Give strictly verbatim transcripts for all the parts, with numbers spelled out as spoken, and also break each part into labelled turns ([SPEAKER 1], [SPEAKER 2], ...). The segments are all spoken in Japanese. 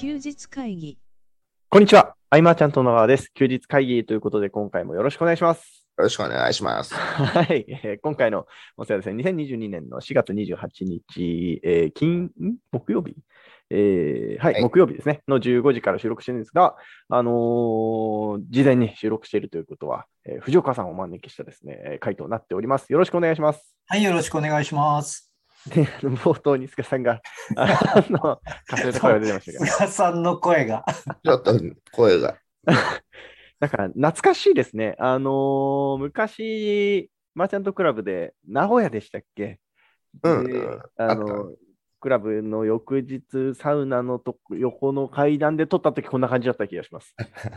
[SPEAKER 1] 休日会議。
[SPEAKER 2] こんにちは。アイマーちゃんと野川です。休日会議ということで、今回もよろしくお願いします。
[SPEAKER 3] よろしくお願いします。
[SPEAKER 2] はい、えー今回のお世話ですね、にせんにじゅうにねんのしがつにじゅうはちにち、えー金、ん木曜日、えーはい、
[SPEAKER 3] はい。
[SPEAKER 2] 木曜日ですね、のじゅうごじから収録してるんですが、あのー事前に収録しているということは、えー藤岡さんをお招きしたですね、えー回となっております。よろしくお願いします。
[SPEAKER 4] はい、よろしくお願いします。
[SPEAKER 2] で、冒頭に菅さんが、あの、かすれた声が出てましたけど、
[SPEAKER 4] 菅さんの声が。
[SPEAKER 3] ちょっと声が。
[SPEAKER 2] なんか懐かしいですね。あのー昔、マーチャントクラブで名古屋でしたっけ
[SPEAKER 3] うん、
[SPEAKER 2] で、
[SPEAKER 3] うん。
[SPEAKER 2] あ
[SPEAKER 3] あった。
[SPEAKER 2] の、クラブの翌日、サウナのとこ横の階段で撮ったとき、こんな感じだった気がします。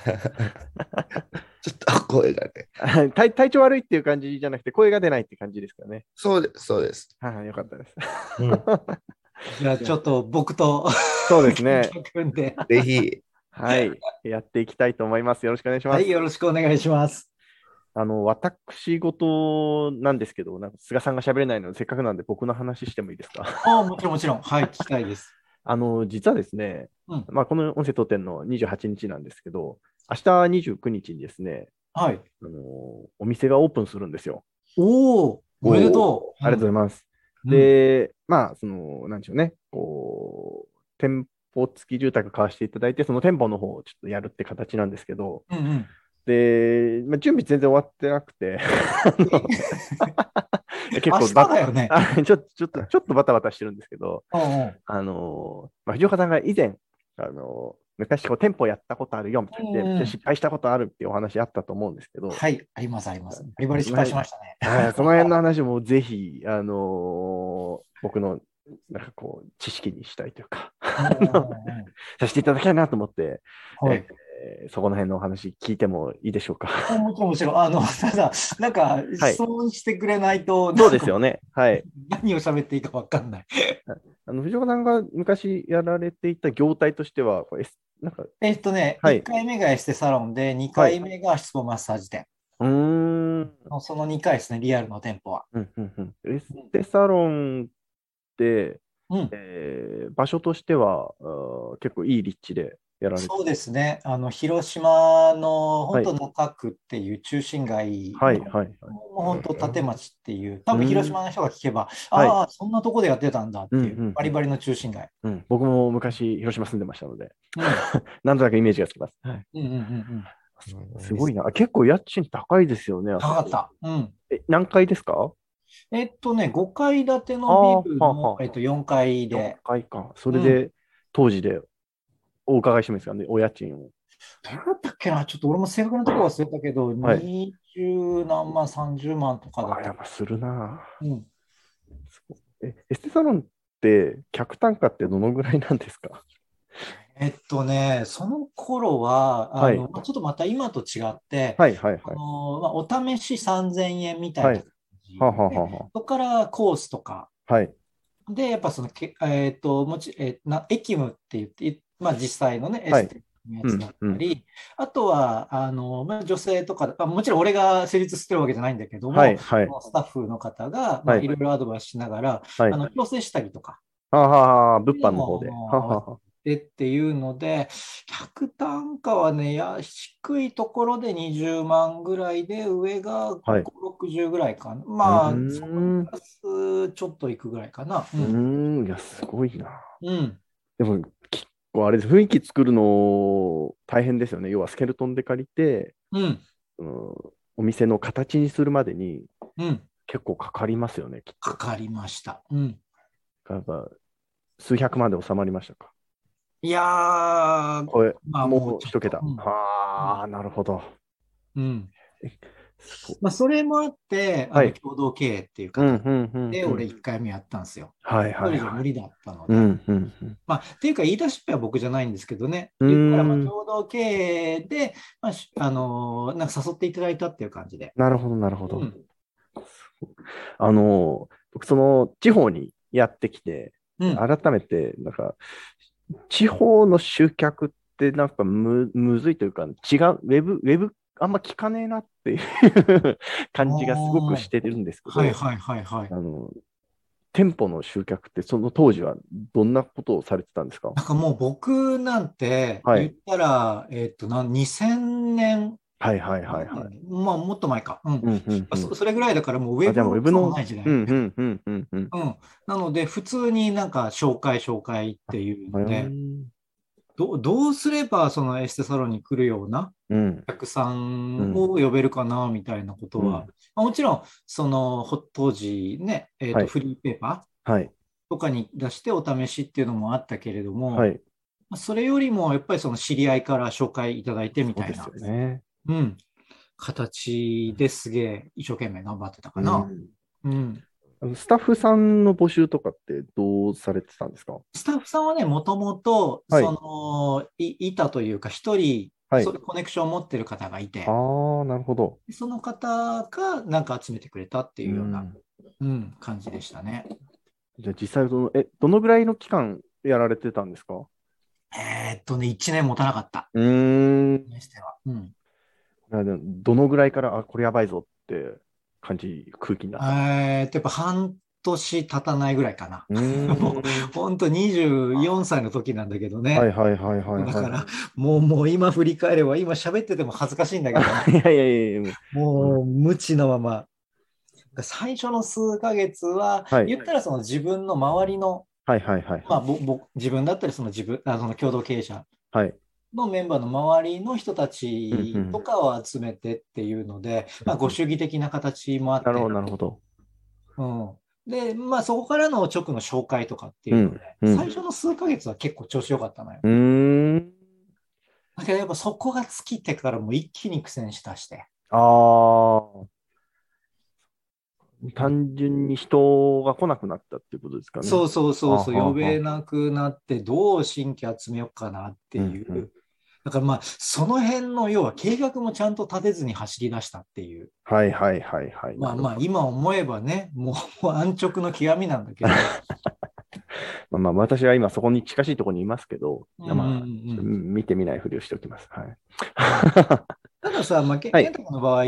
[SPEAKER 3] ちょっと声がね。
[SPEAKER 2] 体体調悪いっていう感じじゃなくて、声が出ないって感じですかね。
[SPEAKER 3] そうです、そうです。
[SPEAKER 2] はい、よかったです。
[SPEAKER 3] うん、
[SPEAKER 4] じゃあちょっと僕と
[SPEAKER 2] そうですね。
[SPEAKER 4] 組んで。
[SPEAKER 3] ぜひ、
[SPEAKER 2] はい、やっていきたいと思います。よろしくお願いします。
[SPEAKER 4] はい、よろしくお願いします。
[SPEAKER 2] あの、私事なんですけど、なんか菅さんが喋れないので、せっかくなんで僕の話してもいいですか。
[SPEAKER 4] ああ、もちろんもちろん。はい、聞きたいです。
[SPEAKER 2] あの、実はですね、
[SPEAKER 4] うん、
[SPEAKER 2] まあ、この音声当店のにじゅうはちにちなんですけど、明日にじゅうくにちにですね、
[SPEAKER 4] はい。
[SPEAKER 2] あのお店がオープンするんですよ。
[SPEAKER 4] おお、おめでとう。
[SPEAKER 2] ありがとうございます。
[SPEAKER 4] うん、
[SPEAKER 2] で、まあ、その、なんでしょうね、こう、店舗付き住宅買わせていただいて、その店舗の方をちょっとやるって形なんですけど、
[SPEAKER 4] うん、うん。
[SPEAKER 2] で、まあ、準備全然終わってなくて、あの結構
[SPEAKER 4] 明日
[SPEAKER 2] バ
[SPEAKER 4] だよね。
[SPEAKER 2] あちょ、ちょっと、ちょっとバタバタしてるんですけど、
[SPEAKER 4] うんうん。
[SPEAKER 2] あの、まあ、藤岡さんが以前、あの、昔こう店舗やったことあるよみたいな、
[SPEAKER 4] うんうん、
[SPEAKER 2] 失敗したことあるっていうお話あったと思うんですけど、
[SPEAKER 4] はい、あります、あります。バリバリ失敗しましたね。
[SPEAKER 2] はい、その辺の話もぜひ、あの僕のなんかこう知識にしたいというか、あのさせていただきたいなと思って、
[SPEAKER 4] はい、
[SPEAKER 2] えーそこの辺のお話聞いてもいいでしょうか。
[SPEAKER 4] もちろん、もちろん。あの、ただ、なんか、質問してくれないと、
[SPEAKER 2] はい、そうですよね。はい。
[SPEAKER 4] 何を喋っていいか分かんない。
[SPEAKER 2] あの藤岡さんが昔やられていた業態としては、これなんか
[SPEAKER 4] えっとね、はい、いっかいめがエステサロンで、にかいめがスポマッサージ店。
[SPEAKER 2] はい、うーん。
[SPEAKER 4] そのにかいですね、リアルの店舗は。
[SPEAKER 2] うんうんうん、エステサロンって、
[SPEAKER 4] うん
[SPEAKER 2] えー、場所としては結構いい立地でやられて
[SPEAKER 4] そうですね、あの広島の本当中区っていう中心街の、はいはいはい、もう本当立町っていう、多分広島の人が聞けば、うん、ああ、はい、そんなとこでやってたんだっていう、うんうん、バリバリの中心街。
[SPEAKER 2] うん、僕も昔広島住んでましたので、うん、なんとなくイメージがつきます。はい、うんうんうんうん、すごいな。結構家賃高いですよね。
[SPEAKER 4] 高かった。うん、
[SPEAKER 2] え、何階ですか？
[SPEAKER 4] えっとね、ごかい建てのビルの、ははえっと、よんかいで。よん
[SPEAKER 2] かいか。それで、うん、当時でお伺いしてもいいですかね、お家賃を。
[SPEAKER 4] どうだったっけな、ちょっと俺も正確なところ忘れたけど、はい、にじゅうなんまん、さんじゅうまんとかだった。
[SPEAKER 2] あ、やっぱするな。
[SPEAKER 4] うん、
[SPEAKER 2] え、エステサロンって客単価ってどのぐらいなんですか？
[SPEAKER 4] えっとね、その頃は、あの、はい、ちょっとまた今と違って、はいはいはい、あのまあ、お試しさんぜんえんみたいな感じで、はい、はははそこからコースとか、はい、で、やっぱその、えっと、もち、えー、なエキムって言って、まあ、実際のね、エステのやつだったり、はいうんうん、あとは、あの、まあ、女性とか、もちろん俺が成立してるわけじゃないんだけども、はいはい、スタッフの方が、まあ、いろいろアドバイスしながら、はい、あの調整したりとか、
[SPEAKER 2] ははは物販の方で。
[SPEAKER 4] でっていうので、客単価はね、や低いところでにじゅうまんぐらいで、上がごじゅう、ろくじゅうぐらいかな。まあ、そのプラスちょっといくぐらいかな。
[SPEAKER 2] うん、うんいや、すごいな。
[SPEAKER 4] うん。
[SPEAKER 2] でも、結構あれです、雰囲気作るの大変ですよね。要はスケルトンで借りて、
[SPEAKER 4] うん、
[SPEAKER 2] うん、お店の形にするまでに、
[SPEAKER 4] うん、
[SPEAKER 2] 結構かかりますよね、きっと。
[SPEAKER 4] かかりました。うん。
[SPEAKER 2] やっぱ数百万で収まりましたか？
[SPEAKER 4] いやー、
[SPEAKER 2] これ、まあ、もう一桁。うん、ああ、なるほど。
[SPEAKER 4] うん。まあ、それもあって、あの共同経営っていう形で、俺いっかいめやったんですよ。
[SPEAKER 2] はいはい、はい。
[SPEAKER 4] 一人じゃ無理だったので。うんうんうん、まあ、っていうか、言い出しっぺは僕じゃないんですけどね。言ったら、まあ、共同経営で、まあ、あのー、なんか誘っていただいたっていう感じで。
[SPEAKER 2] なるほど、なるほど。うん、あの、僕、その、地方にやってきて、うん、改めて、なんか、地方の集客ってなんか む, むずいというか、違う、ウェブ、ウェブあんま聞かねえなっていう感じがすごくしてるんですけど、
[SPEAKER 4] はいはいはいはい。
[SPEAKER 2] あの店舗の集客って、その当時はどんなことをされてたんですか？
[SPEAKER 4] なんかもう僕なんて
[SPEAKER 2] はい。
[SPEAKER 4] 言ったら、えっと、なにせんねん、
[SPEAKER 2] はいはいはいはい。
[SPEAKER 4] まあもっと前か。うん。
[SPEAKER 2] うんうんうん。
[SPEAKER 4] そ、それぐらいだからもうウェ
[SPEAKER 2] あ、じゃあもうウェ
[SPEAKER 4] ブもそうも
[SPEAKER 2] ブの、
[SPEAKER 4] ない時代。
[SPEAKER 2] うんうんうんうんうん。
[SPEAKER 4] うん。なので、普通になんか紹介紹介っていう
[SPEAKER 2] あ、う
[SPEAKER 4] ので、
[SPEAKER 2] ん。
[SPEAKER 4] ど、どうすればそのエステサロンに来るような
[SPEAKER 2] うん。
[SPEAKER 4] お客さんを
[SPEAKER 2] うん。
[SPEAKER 4] 呼べるかなみたいなことは、
[SPEAKER 2] うん。
[SPEAKER 4] まあもちろん、そのほ当時ね、えっと、
[SPEAKER 2] はい。
[SPEAKER 4] フリーペーパ
[SPEAKER 2] はい。
[SPEAKER 4] ーとかに出してお試しっていうのもあったけれども、
[SPEAKER 2] はい。
[SPEAKER 4] まあそれよりもやっぱりその知り合いから紹介いただいてみ
[SPEAKER 2] そうです
[SPEAKER 4] たいな、
[SPEAKER 2] よね。
[SPEAKER 4] うん、形ですげえ一生懸命頑張ってたかな。
[SPEAKER 2] うん。
[SPEAKER 4] うん。
[SPEAKER 2] あのスタッフさんの募集とかってどうされてたんですか？
[SPEAKER 4] スタッフさんはね、もともと、そ
[SPEAKER 2] はい。
[SPEAKER 4] の、い、いたというか、一人、
[SPEAKER 2] はい。
[SPEAKER 4] そういうコネクションを持ってる方がいて、
[SPEAKER 2] ああ、なるほど。
[SPEAKER 4] その方がなんか集めてくれたって
[SPEAKER 2] う
[SPEAKER 4] いうような、
[SPEAKER 2] ん。
[SPEAKER 4] うん、感じでしたね。
[SPEAKER 2] じゃあ実際その、え、どのぐらいの期間やられてたんですか？
[SPEAKER 4] えーっとね、一年持たなかった。
[SPEAKER 2] うーん。
[SPEAKER 4] にしては。うん。
[SPEAKER 2] いやでもどのぐらいから、あ、これやばいぞって感じ、空気になったんですか？
[SPEAKER 4] えーっと、やっぱ半年経たないぐらいかな。
[SPEAKER 2] うー
[SPEAKER 4] もう、
[SPEAKER 2] ん。
[SPEAKER 4] ほんとにじゅうよんさいの時なんだけどね。
[SPEAKER 2] はいはいはいはいはい。
[SPEAKER 4] だから、もう、もう今振り返れば、今喋ってても恥ずかしいんだけどね。
[SPEAKER 2] いやいやいやいや、うん、
[SPEAKER 4] もう、無知のまま。最初の数ヶ月は、
[SPEAKER 2] はい。
[SPEAKER 4] 言ったらその自分の周りの、
[SPEAKER 2] はいはいはいはい。
[SPEAKER 4] まあ、ぼぼ自分だったり、その自分、あ、その共同経営者
[SPEAKER 2] はい。
[SPEAKER 4] のメンバーの周りの人た
[SPEAKER 2] うんうん。
[SPEAKER 4] ちとかを集めてっていうので、まあ、ご
[SPEAKER 2] うんうん、
[SPEAKER 4] 主義的な形もあって、
[SPEAKER 2] なるほどなるほど。
[SPEAKER 4] うん。で、まあ、そこからの直の紹介とかっていうので、
[SPEAKER 2] うん。うん。
[SPEAKER 4] 最初の数ヶ月は結構調子良かったのよ。
[SPEAKER 2] うーん。
[SPEAKER 4] だけどやっぱそこが尽きてからもう一気に苦戦しだして。
[SPEAKER 2] ああ、単純に人が来なくなったっていうことですかね。
[SPEAKER 4] そうそう
[SPEAKER 2] あは
[SPEAKER 4] そうそう、呼べ
[SPEAKER 2] は。
[SPEAKER 4] なくなって、どう新規集めようかなって
[SPEAKER 2] うんうん。
[SPEAKER 4] いう。だからまあ、その辺の要は計画もちゃんと立てずに走り出したっていう。
[SPEAKER 2] はいはいはいはい。
[SPEAKER 4] まあまあ、
[SPEAKER 2] なるほど。
[SPEAKER 4] 今思えばね、もう、もう安直の極みなんだけど。
[SPEAKER 2] まあまあ、私は今そこに近しいところにいますけど、
[SPEAKER 4] うんうんう
[SPEAKER 2] まあ、ちょっと
[SPEAKER 4] ん。
[SPEAKER 2] 見てみないふりをしておきます。はい。
[SPEAKER 4] たださ、まあ、ケ、
[SPEAKER 2] はい。
[SPEAKER 4] ケンタの場合って、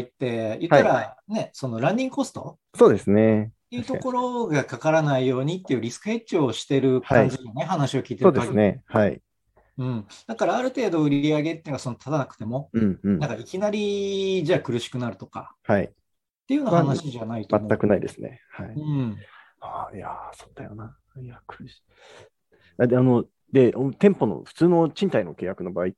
[SPEAKER 4] 言っ
[SPEAKER 2] はい。
[SPEAKER 4] たらね、そのランニングコスト
[SPEAKER 2] そうですね。
[SPEAKER 4] っていうとこ
[SPEAKER 2] 確かに。
[SPEAKER 4] ろがかからないようにっていうリスクヘッジをしてる
[SPEAKER 2] はい。
[SPEAKER 4] 感じのね、話を聞いて
[SPEAKER 2] そう
[SPEAKER 4] る限り。
[SPEAKER 2] ですね。はい。
[SPEAKER 4] うん。だからある程度売り上げっていうのがその立たなくても、
[SPEAKER 2] うんうん。
[SPEAKER 4] なんかいきなりじゃあ苦しくなるとか
[SPEAKER 2] はい。
[SPEAKER 4] っていうような
[SPEAKER 2] は、
[SPEAKER 4] 話じゃないと
[SPEAKER 2] 全く
[SPEAKER 4] 思
[SPEAKER 2] ないですね。は
[SPEAKER 4] う。
[SPEAKER 2] い。
[SPEAKER 4] うん。
[SPEAKER 2] ああ、いやー、そうだよな。いや、苦しい。あで、あの、で、店舗の普通の賃貸の契約の場合って、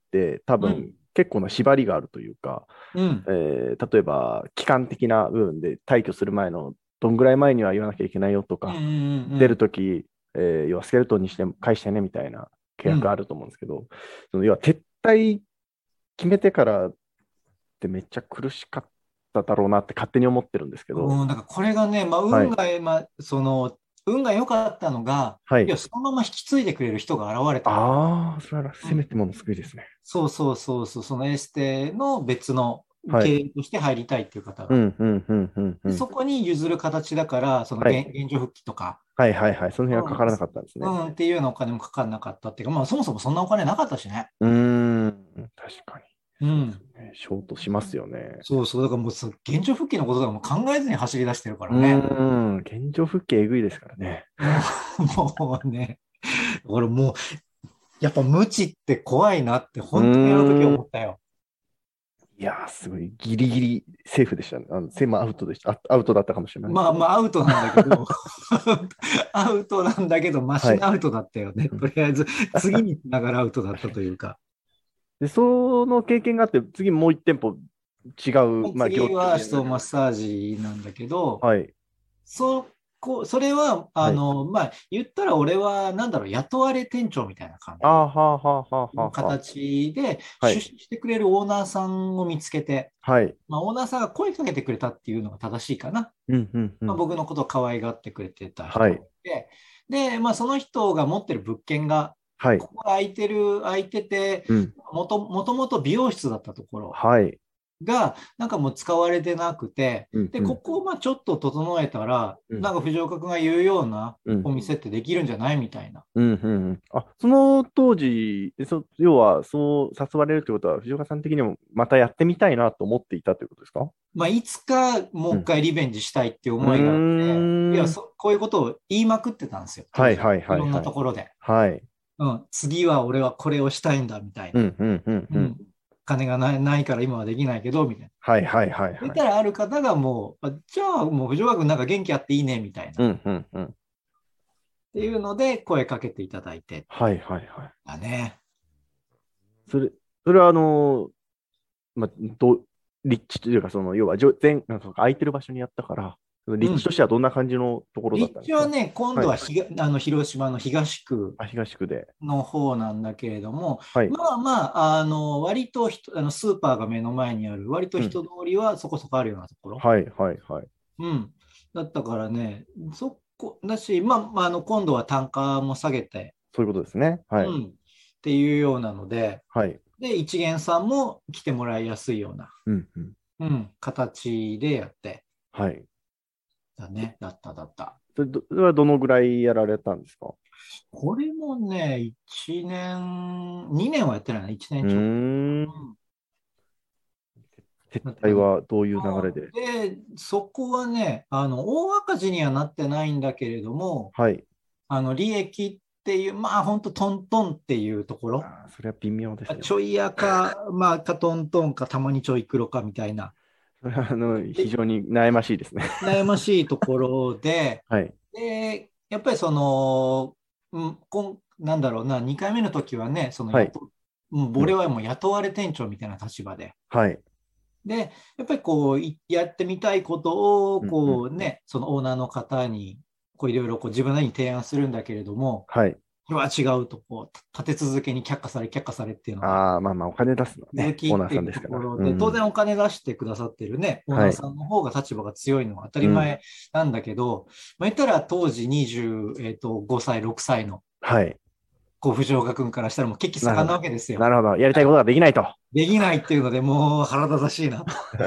[SPEAKER 2] 多
[SPEAKER 4] うん。
[SPEAKER 2] 分結構な縛りがあるというか、
[SPEAKER 4] うん。
[SPEAKER 2] えー例えば、期間的な部分で退去する前のどんぐらい前には言わなきゃいけないよと
[SPEAKER 4] うん。う
[SPEAKER 2] か、
[SPEAKER 4] ん。う
[SPEAKER 2] 出る
[SPEAKER 4] ん。
[SPEAKER 2] とき、えー要はスケルトンにして返してねみたいな契
[SPEAKER 4] うん。
[SPEAKER 2] 約あると思うんですけど、その要は撤退決めてからってめっちゃ苦しかっただろうなって勝手に思ってるんですけど、
[SPEAKER 4] うん、だからこれがね、まあ、
[SPEAKER 2] はい、
[SPEAKER 4] 運が、まあ、その、運が良かったのが、
[SPEAKER 2] はい。
[SPEAKER 4] いや、そのまま引き継いでくれる人が現れたから。
[SPEAKER 2] ああ、それは
[SPEAKER 4] うん。
[SPEAKER 2] せめてもの救いですね。
[SPEAKER 4] そうそうそうそう、そのエステの別の
[SPEAKER 2] はい。
[SPEAKER 4] 経営として入りたいっていう方が。
[SPEAKER 2] うん、うん、うん、うん、う
[SPEAKER 4] で、
[SPEAKER 2] ん。
[SPEAKER 4] そこに譲る形だから、その
[SPEAKER 2] はい。
[SPEAKER 4] 現、現状復帰とか、
[SPEAKER 2] はい、はい、はい。その辺はか
[SPEAKER 4] うん、
[SPEAKER 2] からなかったんですね。
[SPEAKER 4] うん、っていうようなお金もかかんなかったっていうか、まあ、そもそもそんなお金なかったしね。
[SPEAKER 2] うーん、確かに。そうです
[SPEAKER 4] うん。
[SPEAKER 2] ね。ショートしますよね。
[SPEAKER 4] そうそう、だからもうそ、現状復帰のこととかも考えずに走り出してるか
[SPEAKER 2] う
[SPEAKER 4] らね。
[SPEAKER 2] ーん、現状復帰えぐいですからね。
[SPEAKER 4] もう、もうね、俺もう、やっぱ無知って怖いなって
[SPEAKER 2] う
[SPEAKER 4] 本当にあの時
[SPEAKER 2] ーん。
[SPEAKER 4] 思ったよ。
[SPEAKER 2] いやー、すごい。ギリギリセーフでしたね。あの、セーフアウトでした。あアウトだったかもしれないですけど。
[SPEAKER 4] まあまあアウトなんだけど、アウトなんだけど、マ
[SPEAKER 2] はい。
[SPEAKER 4] シなアウトだったよね。
[SPEAKER 2] うん、
[SPEAKER 4] とりあえず、次につながるアウトだった
[SPEAKER 2] 確かに。
[SPEAKER 4] というか。
[SPEAKER 2] で、その経験があって、次もう一店舗違う、まあ、業
[SPEAKER 4] 次は
[SPEAKER 2] 種。
[SPEAKER 4] 手動マッサージなんだけど、
[SPEAKER 2] はい。
[SPEAKER 4] そこ、それは、あ
[SPEAKER 2] はい。
[SPEAKER 4] の、まあ、言ったら俺は、なんだろう、雇われ店長みたいな感
[SPEAKER 2] ああ、
[SPEAKER 4] じ
[SPEAKER 2] はあ、はあ、はあ、
[SPEAKER 4] の
[SPEAKER 2] はあ。はあ、
[SPEAKER 4] 形で、
[SPEAKER 2] はい。
[SPEAKER 4] 出資してくれるオーナーさんを見つけて、
[SPEAKER 2] はい。
[SPEAKER 4] まあ、オーナーさんが声かけてくれたっていうのが正しいかな。
[SPEAKER 2] うん、うん、う
[SPEAKER 4] まあ、
[SPEAKER 2] ん。
[SPEAKER 4] 僕のことを可愛がってくれてた
[SPEAKER 2] はい。
[SPEAKER 4] 人で、で、まあ、その人が持ってる物件が、
[SPEAKER 2] はい。
[SPEAKER 4] ここが空いてる、空いてて、
[SPEAKER 2] うん。
[SPEAKER 4] もと、もともと美容室だったところ
[SPEAKER 2] はい。
[SPEAKER 4] が、なんかもう使われてなくて、
[SPEAKER 2] うん、
[SPEAKER 4] で、
[SPEAKER 2] うん。
[SPEAKER 4] ここをまあちょっと整えたら、
[SPEAKER 2] うん。
[SPEAKER 4] なんか藤岡君が言うような
[SPEAKER 2] うん。
[SPEAKER 4] お店ってできるんじゃないみたいな。
[SPEAKER 2] うん、うん、うん。あ、その当時、そ、要は、そう誘われるってことは、藤岡さん的にもまたやってみたいなと思っていたということですか？
[SPEAKER 4] まあ、いつかも
[SPEAKER 2] うん。
[SPEAKER 4] う一回リベンジしたいっていう
[SPEAKER 2] う
[SPEAKER 4] 思いがあって、いや、
[SPEAKER 2] ーん。
[SPEAKER 4] そ、 こういうことを言いまくってたんですよ。
[SPEAKER 2] はいはいはい。
[SPEAKER 4] いろんなところで。
[SPEAKER 2] はい。
[SPEAKER 4] うん、次は俺はこれをしたいんだみたいな。
[SPEAKER 2] うんうんうんうん。
[SPEAKER 4] 金がない、ないから今はできないけど、みたいな。
[SPEAKER 2] はいはいはい、はい。
[SPEAKER 4] そしたらある方がもう、あじゃあもう藤岡君なんか元気あっていいね、みたいな。
[SPEAKER 2] うんうんうん。
[SPEAKER 4] っていうので声かけていただいて。
[SPEAKER 2] はいはいはい。
[SPEAKER 4] だね。
[SPEAKER 2] それ、それはあの、まあ、ど立地というか、その、要は全、なんか空いてる場所にやったから、立地としてはどんな感じのところだったんですか？
[SPEAKER 4] 立地はね、今度はひが、はい、あの広島の東区
[SPEAKER 2] 東区で
[SPEAKER 4] の方なんだけれども、
[SPEAKER 2] はい、
[SPEAKER 4] まあまあ、あの割とあのスーパーが目の前にある、割と人通りはそこそこあるようなところ。
[SPEAKER 2] うん、はいはいはい。
[SPEAKER 4] うん。だったからね、そこだし、まあ、あの今度は単価も下げて、
[SPEAKER 2] そういうことですね。はい。うん、
[SPEAKER 4] っていうようなので、
[SPEAKER 2] はい。
[SPEAKER 4] で、一元さんも来てもらいやすいような、
[SPEAKER 2] うんうん
[SPEAKER 4] うん、形でやって。
[SPEAKER 2] はい。
[SPEAKER 4] だね、だっただった。
[SPEAKER 2] それ、それはどのぐらいやられたんですか？
[SPEAKER 4] これもね、いちねん、にねんはやってないな、いちねんちょっと。うん、
[SPEAKER 2] 撤退はどういう流れで？
[SPEAKER 4] で、そこはね、あの、大赤字にはなってないんだけれども、
[SPEAKER 2] はい。
[SPEAKER 4] あの、利益っていう、まあ、ほんとトントンっていうところ。
[SPEAKER 2] あ、それは微妙ですね。
[SPEAKER 4] ちょい赤、まあ、かトントンか、たまにちょい黒かみたいな。
[SPEAKER 2] それはあの非常に悩ましいですね。
[SPEAKER 4] 悩ましいところで、
[SPEAKER 2] はい、
[SPEAKER 4] で、やっぱりその、うん、こんなんだろうな、にかいめの時はね、その、はい、俺はもう雇われ店長みたいな立場で。
[SPEAKER 2] はい。
[SPEAKER 4] で、やっぱりこう、やってみたいことを、こうね、うんうん、そのオーナーの方に、こういろいろこう自分なりに提案するんだけれども、
[SPEAKER 2] はい。
[SPEAKER 4] これは違うと、こう、立て続けに却下され、却下されっていうのが。
[SPEAKER 2] ああ、まあまあ、お金出すのね、オーナーさんですから。
[SPEAKER 4] で、当然お金出してくださってるね、オーナーさんの方が立場が強いのは当たり前なんだけど、うん、まあ、言ったら当時にじゅうごさい、ろくさいの、
[SPEAKER 2] はい。
[SPEAKER 4] こう藤岡君からしたらもう血気盛んなわけですよ。
[SPEAKER 2] なるほど。やりたいことができないと。
[SPEAKER 4] できないっていうので、もう腹立たしいなと。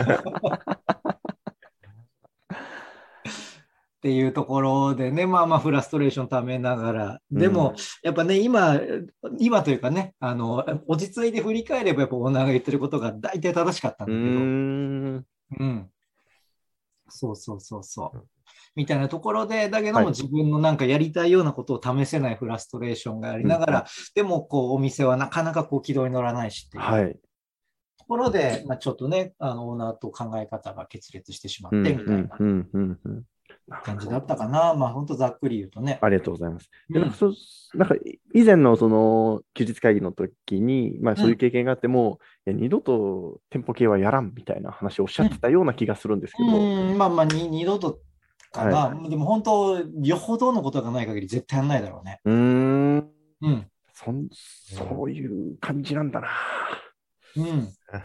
[SPEAKER 4] っていうところでね、まあまあフラストレーションためながら、でも、うん、やっぱね、今、今というかね、あの、落ち着いて振り返れば、やっぱオーナーが言ってることが大体正しかったんだけど、うーん、うん。そうそうそうそう。みたいなところで、だけども自分のなんかやりたいようなことを試せないフラストレーションがありながら、うん、でもこうお店はなかなかこう軌道に乗らないしっていう、はい、ところで、まあ、ちょっとね、あのオーナーと考え方が決裂してしまってみたいな感じだったかな。まあ本当ざっくり言うとね。
[SPEAKER 2] ありがとうございます。でなんかそなんか以前のその休日会議の時に、まあ、そういう経験があっても、うん、いや二度と店舗系はやらんみたいな話をおっしゃってたような気がするんですけど。
[SPEAKER 4] うんうん、まあまあ二度とかな、はい、でも本当、よほどのことがない限り絶対やんないだろうね。
[SPEAKER 2] うーん。
[SPEAKER 4] うん。
[SPEAKER 2] そそういう感じなんだな。
[SPEAKER 4] うん。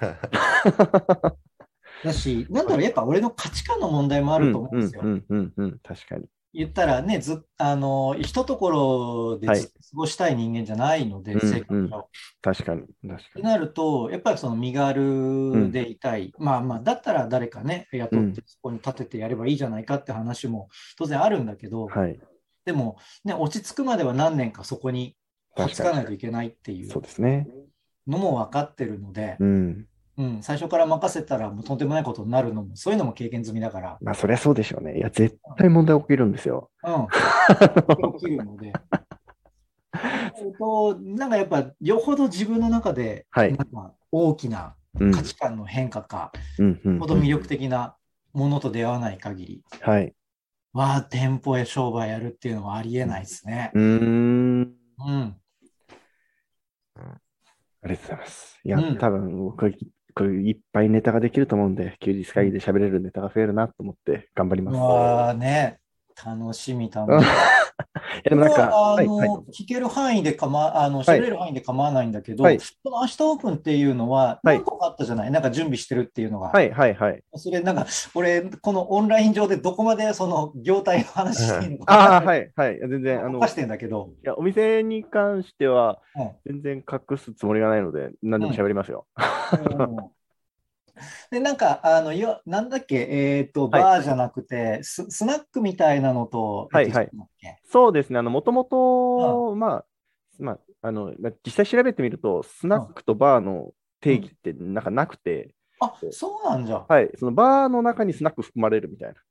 [SPEAKER 4] だし、なんだろう、やっぱ俺の価値観の問題もあると思うんですよ。
[SPEAKER 2] うんうんうんうん、確かに。
[SPEAKER 4] 言ったらね、ずあの、ひとところでずっと過ごしたい人間じゃないので、はい、生活を。
[SPEAKER 2] 確かに。確かに。
[SPEAKER 4] ってなると、やっぱりその身軽でいたい。うん、まあまあ、だったら誰かね、雇ってそこに立ててやればいいじゃないかって話も当然あるんだけど、はい、でも、ね、落ち着くまでは何年かそこにこつかないといけないっていうのも分かってるので、
[SPEAKER 2] うん
[SPEAKER 4] うん、最初から任せたらもうとんでもないことになるのも、そういうのも経験済みだから。
[SPEAKER 2] まあ、そりゃそうでしょうね。いや、絶対問題起きるんですよ。
[SPEAKER 4] うん。起きるので。なんかやっぱ、よほど自分の中で、なんか大きな価値観の変化か、ほど魅力的なものと出会わない限り、
[SPEAKER 2] はい。
[SPEAKER 4] は、店舗へ商売やるっていうのはありえないですね。
[SPEAKER 2] うん。
[SPEAKER 4] うん。
[SPEAKER 2] ありがとうございます。いや、うん、多分僕これいっぱいネタができると思うんで、休日会議で喋れるネタが増えるなと思って頑張ります。
[SPEAKER 4] うわーね、楽しみ、楽しみ。でもなんか、あの、はいはい、聞ける範囲でかま、あの、喋れる範囲で構わないんだけど、はい、その明日オープンっていうのは何個かあったじゃない、はい、なんか準備してるっていうのが。
[SPEAKER 2] はいはいはい。
[SPEAKER 4] それなんか、俺、このオンライン上でどこまでその業態の話していいの
[SPEAKER 2] か。ああ、はいはい。全然、
[SPEAKER 4] あの、してんだけど。
[SPEAKER 2] いや、お店に関しては、全然隠すつもりがないので、何でも喋りますよ。うんうん
[SPEAKER 4] で、なんか、あの、よ、なんだっけ、えっと、バーじゃなくて、ス、スナックみたいなのと、
[SPEAKER 2] はいはい。そうですね。あの、もともと、まあ、まあ、あの、実際調べてみると、スナックとバーの定義ってなんかなくて。
[SPEAKER 4] あ、そうなんじゃ。
[SPEAKER 2] はい。そのバーの中にスナック含まれるみたいな。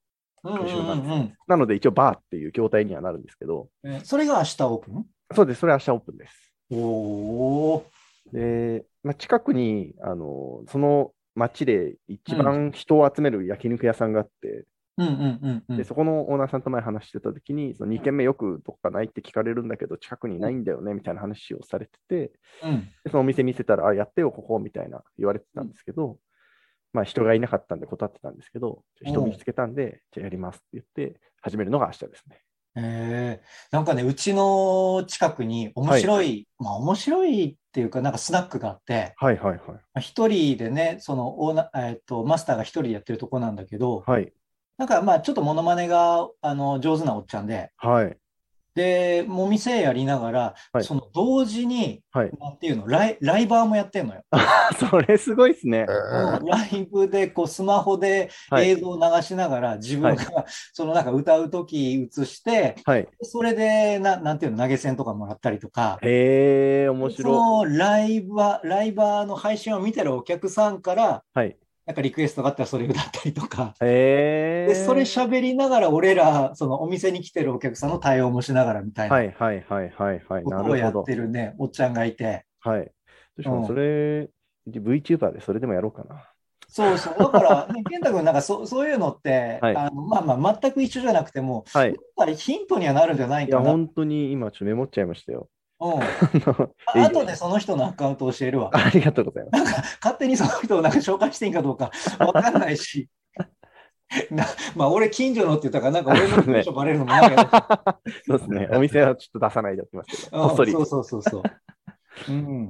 [SPEAKER 2] 年の夏。なので一応バーっていう業態にはなるんですけど。
[SPEAKER 4] えー、それが明日オープン？
[SPEAKER 2] そうです、それは明日オープンです。
[SPEAKER 4] お
[SPEAKER 2] ー。で、まあ、近くに、あの、その町で一番人を集める焼肉屋さんがあって、で、そこのオーナーさんと前話してたときに、そのにけんめよくどこかないって聞かれるんだけど、近くにないんだよねみたいな話をされてて、
[SPEAKER 4] うん、
[SPEAKER 2] でそのお店見せたら、あ、やってよ、ここみたいな言われてたんですけど、うん、まあ人がいなかったんで断ってたんですけど、人見つけたんで、じゃあやりますって言って始めるのが明日ですね。
[SPEAKER 4] えー、なんかね、うちの近くに面白い、はい、まあ面白いっていうか、なんかスナックがあって、
[SPEAKER 2] はいはいはい。
[SPEAKER 4] 一人でね、そのオーナー、えっと、マスターが一人でやってるとこなんだけど、
[SPEAKER 2] はい。
[SPEAKER 4] なんかまあちょっとモノマネがあの上手なおっちゃんで、
[SPEAKER 2] はい。
[SPEAKER 4] で、もう店やりながら、はい、その同時に、はい、なんていうのライ、ライバーもやってんのよ。
[SPEAKER 2] それすごいですね。
[SPEAKER 4] ライブでこうスマホで映像を流しながら、はい、自分が、はい、そのなんか歌うとき映して、はい、それでな、なんていうの投げ銭とかもらったりとか、
[SPEAKER 2] へー、面白い。
[SPEAKER 4] そのライバー、ライバーの配信を見てるお客さんから、はい、なんかリクエストがあったらそれ歌ったりとか、
[SPEAKER 2] へー、
[SPEAKER 4] でそれ喋りながら俺らそのお店に来てるお客さんの対応もしながらみたいな
[SPEAKER 2] はいはいはいはいはい
[SPEAKER 4] ことをやってるねおっちゃんがいて、
[SPEAKER 2] はい。しかもそれ、うん、VTuber でそれでもやろうかな。
[SPEAKER 4] そうそう。だから、ね、健太君なんかそそういうのって、はい、あのまあまあ全く一緒じゃなくても、はい、やっぱりヒントにはなるんじゃないかな。
[SPEAKER 2] いや、本当に今ちょっとメモっちゃいましたよ。
[SPEAKER 4] うん。あとでその人のアカウント教えるわ。
[SPEAKER 2] ありがとうございます。
[SPEAKER 4] なんか勝手にその人をなんか紹介していいかどうかわかんないし。なまあ俺近所のって言ったからなんか俺の住所バレるのもなんか
[SPEAKER 2] そうですね。お店はちょっと出さないでおきますけど。こっそり。
[SPEAKER 4] そうそうそうそう。うん。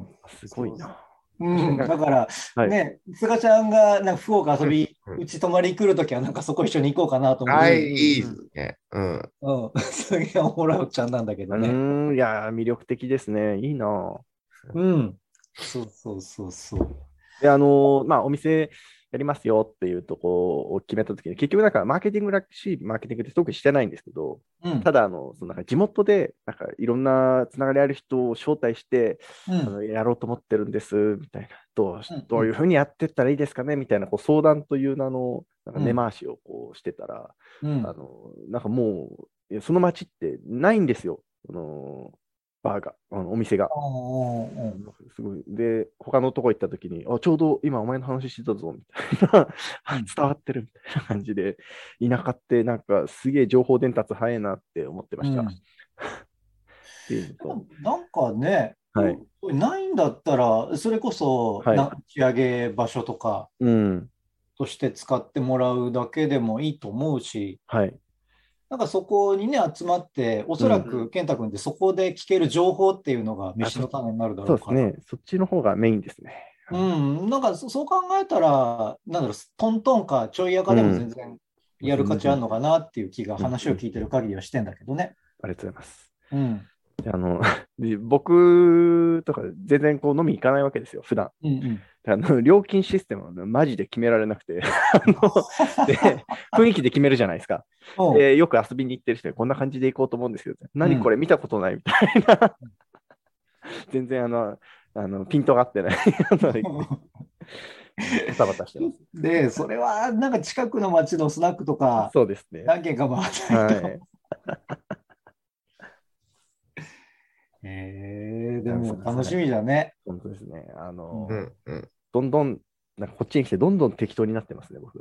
[SPEAKER 2] すごいな。
[SPEAKER 4] うん、だから、はい、ね、菅ちゃんがなんか福岡遊び、うん、うち泊まり来るときは、なんかそこ一緒に行こうかなと思って。
[SPEAKER 3] はい、いいですね。うん。
[SPEAKER 4] うん。すげえおもらうちゃんなんだけどね。
[SPEAKER 2] うん、いや、魅力的ですね。いいな。
[SPEAKER 4] うん。そうそうそうそう。
[SPEAKER 2] で、あの、まあ、お店やりますよっていうとこを決めたときに、結局なんかマーケティングらしいマーケティングって特にしてないんですけど、うん、ただ、あの、そのなんか地元で、なんかいろんなつながりある人を招待して、うん、あのやろうと思ってるんです、みたいな。どう、どういうふうにやっていったらいいですかねみたいなこう相談という名のなんか根回しをこうしてたら、うん、あの、なんかもう、その町ってないんですよ。あのバーが、あのお店が。すごい。で、他のとこ行った時に、あ、ちょうど今お前の話してたぞ、みたいな、伝わってるみたいな感じで、田舎ってなんかすげえ情報伝達早いなって思ってました。うん、っていうと
[SPEAKER 4] なんかね、はい、ないんだったら、それこそ、はい、打ち上げ場所とか、として使ってもらうだけでもいいと思うし、はい、なんかそこにね、集まって、おそらく健太君ってそこで聞ける情報っていうのが飯の種になるだろうから。
[SPEAKER 2] そうですね。そっちの方がメインですね。
[SPEAKER 4] うん、なんかそう考えたら、なんだろう、トントンかちょいやかでも全然やる価値あるのかなっていう気が、話を聞いてる限りはしてんだけどね。
[SPEAKER 2] ありがとうございます。
[SPEAKER 4] うん。
[SPEAKER 2] あの僕とか全然こう飲み行かないわけですよ、普段。うんうん、あの料金システムはマジで決められなくてで、雰囲気で決めるじゃないですか。でよく遊びに行ってる人にこんな感じで行こうと思うんですけど、何これ見たことないみたいな。全然あのあのピントが合ってない。バタバタしてます。
[SPEAKER 4] で、それはなんか近くの街のスナックとか、
[SPEAKER 2] そうですね。
[SPEAKER 4] 何軒か回ったりと。はいえー、でも楽しみだね。
[SPEAKER 2] 本当ですね。あの、うんうん、どんどん、なんかこっちに来てどんどん適当になってますね、僕。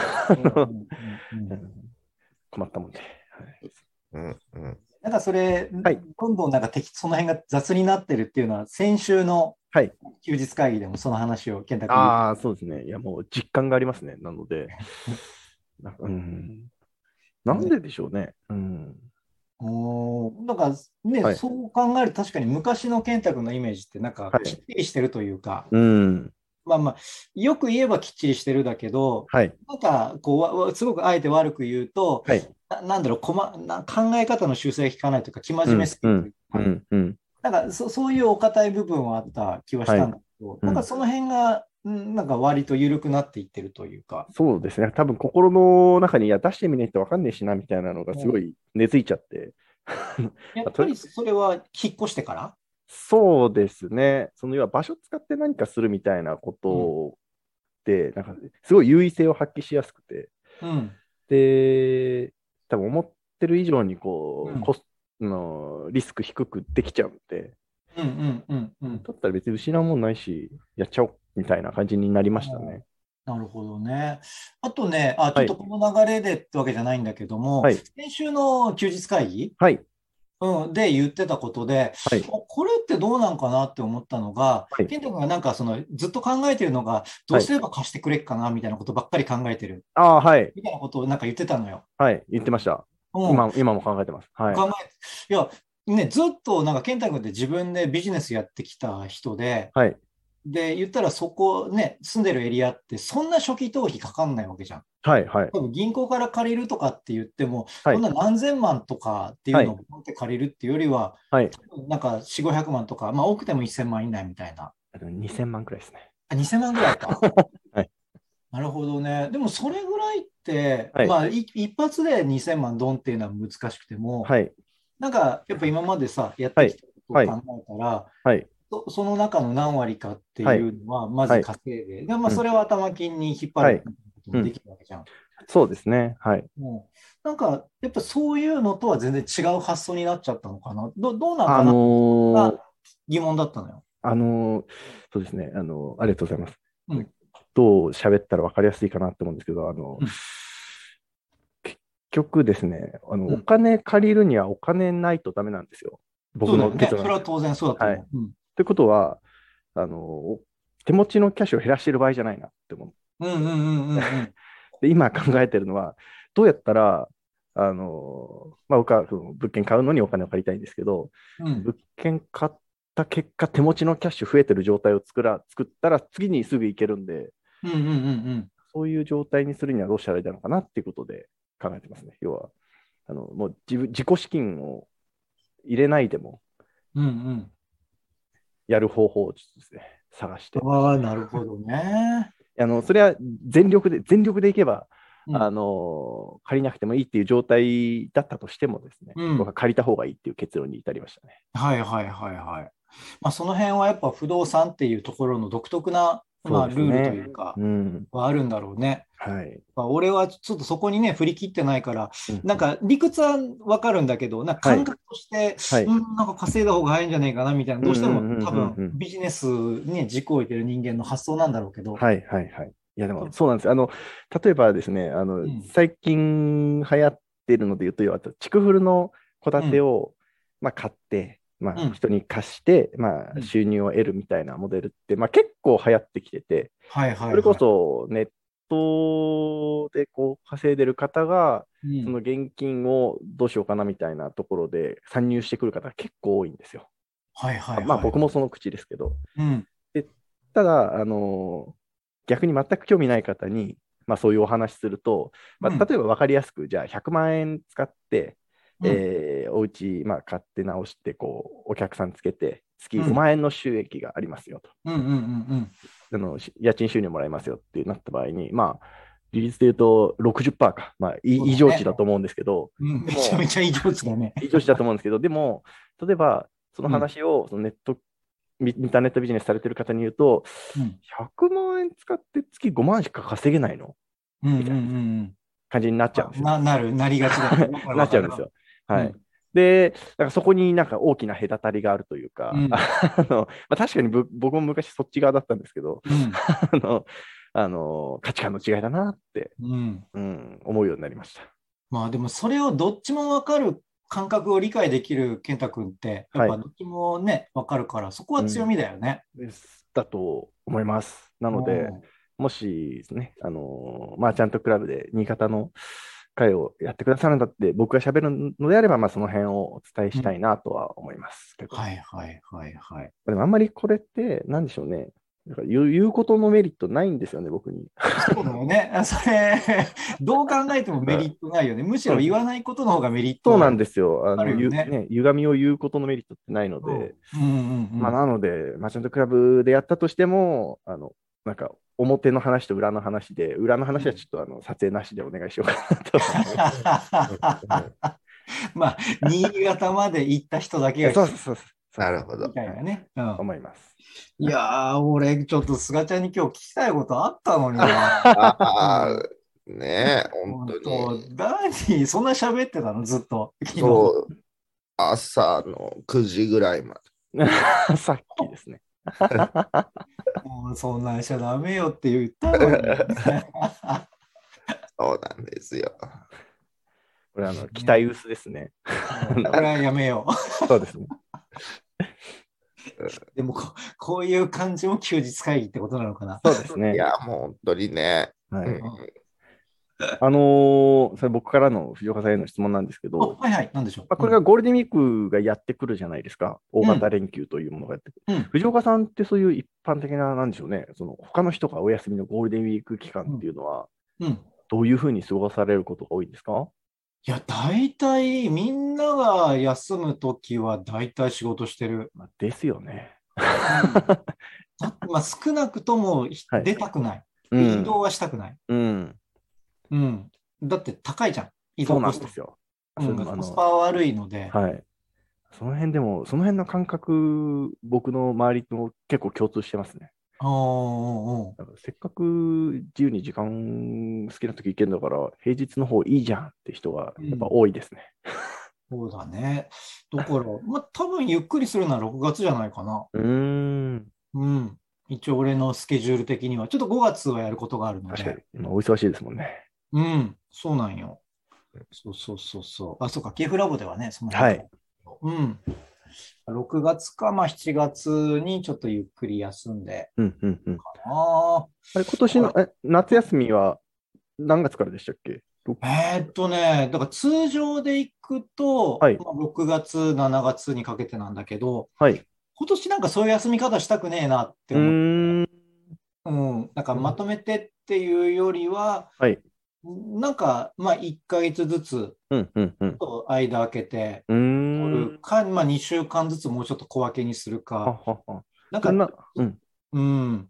[SPEAKER 2] 困ったもんで。はい
[SPEAKER 4] うんうん、なんかそれ、はい、どんどんなんか適その辺が雑になってるっていうのは、先週の休日会議でもその話を健太君に。
[SPEAKER 2] ああ、そうですね。いや、もう実感がありますね。なので、な, うん、なんででしょうね。うん
[SPEAKER 4] おなんかね、はい、そう考えると確かに昔の健太君のイメージってなんかきっちりしてるというか、はい、うんまあまあ、よく言えばきっちりしてるだけど、はい、なんかこうすごくあえて悪く言うと、はい、な, なんだろうこ、ま、な考え方の修正が効かないというか、生真面目すぎるというか、うんうん、なんか そ, そういうお堅い部分はあった気はしたんだけど、はい、なんかその辺が、うん、なんか割と緩くなっていってるというか。
[SPEAKER 2] そうですね。多分心の中にいや出してみないと分かんないしなみたいなのがすごい根付いちゃって。
[SPEAKER 4] やっぱりそれは引っ越してから？
[SPEAKER 2] そうですね。その要は場所使って何かするみたいなことで、うん、なんかすごい優位性を発揮しやすくて、うん、 で、多分思ってる以上にこう、
[SPEAKER 4] うん
[SPEAKER 2] コストのリスク低くできちゃうんで、
[SPEAKER 4] うんうんうんうん。
[SPEAKER 2] だったら別に失うもんないし、やっちゃおうみたいな感じになりましたね。
[SPEAKER 4] なるほどね。あとね、あ、ちょ
[SPEAKER 2] はい。
[SPEAKER 4] っとこの流れでってわけじゃないんだけども、
[SPEAKER 2] はい。
[SPEAKER 4] 先週の休日会議、
[SPEAKER 2] はい。
[SPEAKER 4] うん、で言ってたことで、
[SPEAKER 2] はい。
[SPEAKER 4] おこれってどうなんかなって思ったのが、
[SPEAKER 2] はい。
[SPEAKER 4] 健太君がなんかそのずっと考えてるのが、どう
[SPEAKER 2] はい。
[SPEAKER 4] すれば貸してくれっかなみたいなことばっかり考えてる。
[SPEAKER 2] ああ、はい。
[SPEAKER 4] みたいなことをなんか言ってたのよ。
[SPEAKER 2] はい。言ってました。
[SPEAKER 4] うん。
[SPEAKER 2] 今、今も考えてます。はい。
[SPEAKER 4] 考え、いや、ね、ずっとなんか健太君って自分でビジネスやってきた人で、
[SPEAKER 2] はい。
[SPEAKER 4] で、言ったらそこね、住んでるエリアってそんな初期投資かかんないわけじゃん。
[SPEAKER 2] はい。はい。
[SPEAKER 4] 多分銀行から借りるとかって言っても、
[SPEAKER 2] はい。
[SPEAKER 4] そんな何千万とかっていうのを持って借りるっていうよりは、
[SPEAKER 2] はい。
[SPEAKER 4] なんかよん、ごひゃくまんとか、まあ多くてもせんまん以内みたいな。
[SPEAKER 2] にせんまんくらいですね。
[SPEAKER 4] あ、にせんまんぐらいか。
[SPEAKER 2] はい。
[SPEAKER 4] なるほどね。でもそれぐらいって、
[SPEAKER 2] はい、
[SPEAKER 4] まあい一発でにせんまんドンっていうのは難しくても、
[SPEAKER 2] はい、
[SPEAKER 4] なんかやっぱ今までさ、やってきたことを考えたら、
[SPEAKER 2] はい、
[SPEAKER 4] そ, その中の何割かっていうのはまず稼いで、はい、でまあ、それを頭金に引っ張ることもできるわけじゃん。
[SPEAKER 2] うん、そうですね。はい。
[SPEAKER 4] もうなんかやっぱそういうのとは全然違う発想になっちゃったのかな。ど, どうなんかな、
[SPEAKER 2] あのー、
[SPEAKER 4] 疑問だったのよ。
[SPEAKER 2] あのー、そうですね。あのー、ありがとうございます。
[SPEAKER 4] うん、
[SPEAKER 2] どう喋ったら分かりやすいかなと思うんですけど、あのーうん、結局ですね、あの、うん、お金借りるにはお金ないとダメなんですよ。僕の結論。
[SPEAKER 4] それは当然そうだと思う。はい、
[SPEAKER 2] うん、ということは、あのー、手持ちのキャッシュを減らしている場合じゃないなって思う。
[SPEAKER 4] うんうんうんうんうん。
[SPEAKER 2] で今考えてるのは、どうやったら、あのまあ、僕はその物件買うのにお金を借りたいんですけど、うん、物件買った結果、手持ちのキャッシュ増えてる状態を作ら作ったら、次にすぐ行けるんで、
[SPEAKER 4] うんうんうんうん、
[SPEAKER 2] そういう状態にするにはどうしたらいいのかなっていうことで考えてますね。要は、あのもう 自, 自己資金を入れないでも、やる方法をですね、探して。
[SPEAKER 4] ああ、なるほどね。
[SPEAKER 2] あのそれは全力で、全力でいけば、うん、あの借りなくてもいいっていう状態だったとしてもですね、うん、僕は借りた方がいいっていう結論に至りましたね。
[SPEAKER 4] はいはいはいはい。まあ、その辺はやっぱ不動産っていうところの独特な、まあ、ルールというか、はあるんだろうね。
[SPEAKER 2] はい。
[SPEAKER 4] まあ、俺はちょっとそこにね、振り切ってないから、うん、なんか理屈はわかるんだけど、なんか感覚として、はい、うん、なんか稼いだ方が早いんじゃないかなみたいな、どうしても多分ビジネスに軸を置いてる人間の発想なんだろうけど。
[SPEAKER 2] はいはいはい。いやでもそうなんです。あの、例えばですね、あの、うん、最近流行ってるので言うと、あと、築古の戸建てを、うん、まあ、買って、まあ、人に貸して、うん、まあ、収入を得るみたいなモデルって、まあ、結構流行ってきてて、
[SPEAKER 4] はいはいはい、
[SPEAKER 2] それこそネットでこう稼いでる方が、うん、その現金をどうしようかなみたいなところで参入してくる方が結構多いんですよ。
[SPEAKER 4] はいはいはい、
[SPEAKER 2] まあ、僕もその口ですけど。
[SPEAKER 4] うん、
[SPEAKER 2] でただ、あの逆に全く興味ない方に、まあ、そういうお話すると、まあ、例えば分かりやすく、うん、じゃあひゃくまんえん使って、うん、えー、お家、まあ、買って直してこうお客さんつけて月ごまんえんの収益がありますよと、
[SPEAKER 4] うんうんうんうん、
[SPEAKER 2] あの家賃収入もらえますよってなった場合に、まあ、利率で言うと ろくじゅっパーセント か、まあ、異常値だと思うんですけど、
[SPEAKER 4] うん、めちゃめちゃ異常値だね。
[SPEAKER 2] 異常値だと思うんですけど、でも、例えばその話をそのネット、うん、インターネットビジネスされてる方に言うと、うん、ひゃくまんえん使って月ごまんしか稼げないの、
[SPEAKER 4] うんうんうん、
[SPEAKER 2] 感じになっちゃうんですよ。
[SPEAKER 4] な, なる、なりがちだ、ね。
[SPEAKER 2] なっちゃうんですよ。はい。うん、で、だからそこになんか大きな隔たりがあるというか、うん、あのまあ、確かに僕も昔そっち側だったんですけど、うん、あのあの価値観の違いだなって、うんうん、思うようになりました。
[SPEAKER 4] まあでもそれをどっちも分かる感覚を理解できる健太君って、やっぱどっちもね、分かるから、そこは強みだよね。
[SPEAKER 2] うん、だと思います。なので、もしですね、あのマーチャントクラブで新潟の会をやってくださるんだって僕が喋るのであれば、まあ、その辺をお伝えしたいなとは思いますけど、
[SPEAKER 4] うん、はいはいはいはい。
[SPEAKER 2] でもあんまりこれって何でしょうね、なんか言う、言うことのメリットないんですよね、僕に。
[SPEAKER 4] そうだよね。それ、どう考えてもメリットないよね。むしろ言わないことの方がメリット、
[SPEAKER 2] ね、そうなんですよ。あの
[SPEAKER 4] あるよね。
[SPEAKER 2] ね、歪みを言うことのメリットってないので、
[SPEAKER 4] うんうんうん、
[SPEAKER 2] まあ、なので、マーチャントクラブでやったとしても、あのなんか表の話と裏の話で、裏の話はちょっとあの撮影なしでお願いしようかなと。
[SPEAKER 4] まあ、新潟まで行った人だけが
[SPEAKER 2] そうそうそう。
[SPEAKER 3] なるほど。
[SPEAKER 4] みたいなね。うん、
[SPEAKER 2] 思います。
[SPEAKER 4] いやー、俺、ちょっと菅ちゃんに今日聞きたいことあったのにな。
[SPEAKER 3] あねえ、本当に。
[SPEAKER 4] 何そんな喋ってたのずっと。
[SPEAKER 3] そう、朝のくじぐらいま
[SPEAKER 2] で。さっきですね。
[SPEAKER 4] もうそんなんしちゃダメよって言ったのに。
[SPEAKER 3] そうなんですよ。
[SPEAKER 2] これあの、期待薄ですね。
[SPEAKER 4] これはやめよ
[SPEAKER 2] う。そうですね。
[SPEAKER 4] でもこ、こういう感じも休日会議ってことなのかな。
[SPEAKER 2] そうですね。
[SPEAKER 3] いや、もう本当にね。
[SPEAKER 2] はい。
[SPEAKER 3] うん、
[SPEAKER 2] あのー、それ僕からの藤岡さんへの質問なんですけど、
[SPEAKER 4] はいはい、なんでしょう。
[SPEAKER 2] まあ、これがゴールデンウィークがやってくるじゃないですか。大型連休というものがやってくる。うん、藤岡さんってそういう一般的な、なんでしょうね、その他の人がお休みのゴールデンウィーク期間っていうのは、うんうん、どういうふうに過ごされることが多いんですか？
[SPEAKER 4] いや、大体みんなが休むときは大体仕事してる。
[SPEAKER 2] まあ、ですよね。
[SPEAKER 4] うん、まあ、少なくとも出たくない。はい、移動はしたくない。
[SPEAKER 2] うん。
[SPEAKER 4] うん。だって高いじゃん。移動コスト。そうなんですよ。うん、コスパは悪いので。
[SPEAKER 2] はい。その辺でも、その辺の感覚、僕の周りと結構共通してますね。
[SPEAKER 4] あ
[SPEAKER 2] せっかく自由に時間好きな時行けるんだから、平日の方いいじゃんって人がやっぱ多いですね。
[SPEAKER 4] うん、そうだね。だから、まあ多分ゆっくりするのはろくがつじゃないかな。
[SPEAKER 2] うーん。
[SPEAKER 4] うん。一応俺のスケジュール的には、ちょっとごがつはやることがあるので。
[SPEAKER 2] 確かに。今お忙しいですもんね。
[SPEAKER 4] うん。そうなんよ。そうそうそうそう。あ、そうか。ケーフラボではね、その
[SPEAKER 2] 辺はい。
[SPEAKER 4] うん。ろくがつか、まあ、しちがつにちょっとゆっくり休んで。
[SPEAKER 2] うんうんうん。
[SPEAKER 4] あ
[SPEAKER 2] あれ、今年のえ夏休みは何月からでしたっけ？
[SPEAKER 4] えー、っとね、だから通常で行くと、はい、まあ、ろくがつ、しちがつにかけてなんだけど、
[SPEAKER 2] はい、
[SPEAKER 4] 今年なんかそういう休み方したくねえなって思って、うん、うん、なんかまとめてっていうよりは、はい、なんか、まあ、いっかげつずつ、
[SPEAKER 2] うんうんうん、
[SPEAKER 4] 間空けて、取るか、まあ、にしゅうかんずつもうちょっと小分けにするか、はははなんか、なうん、うん、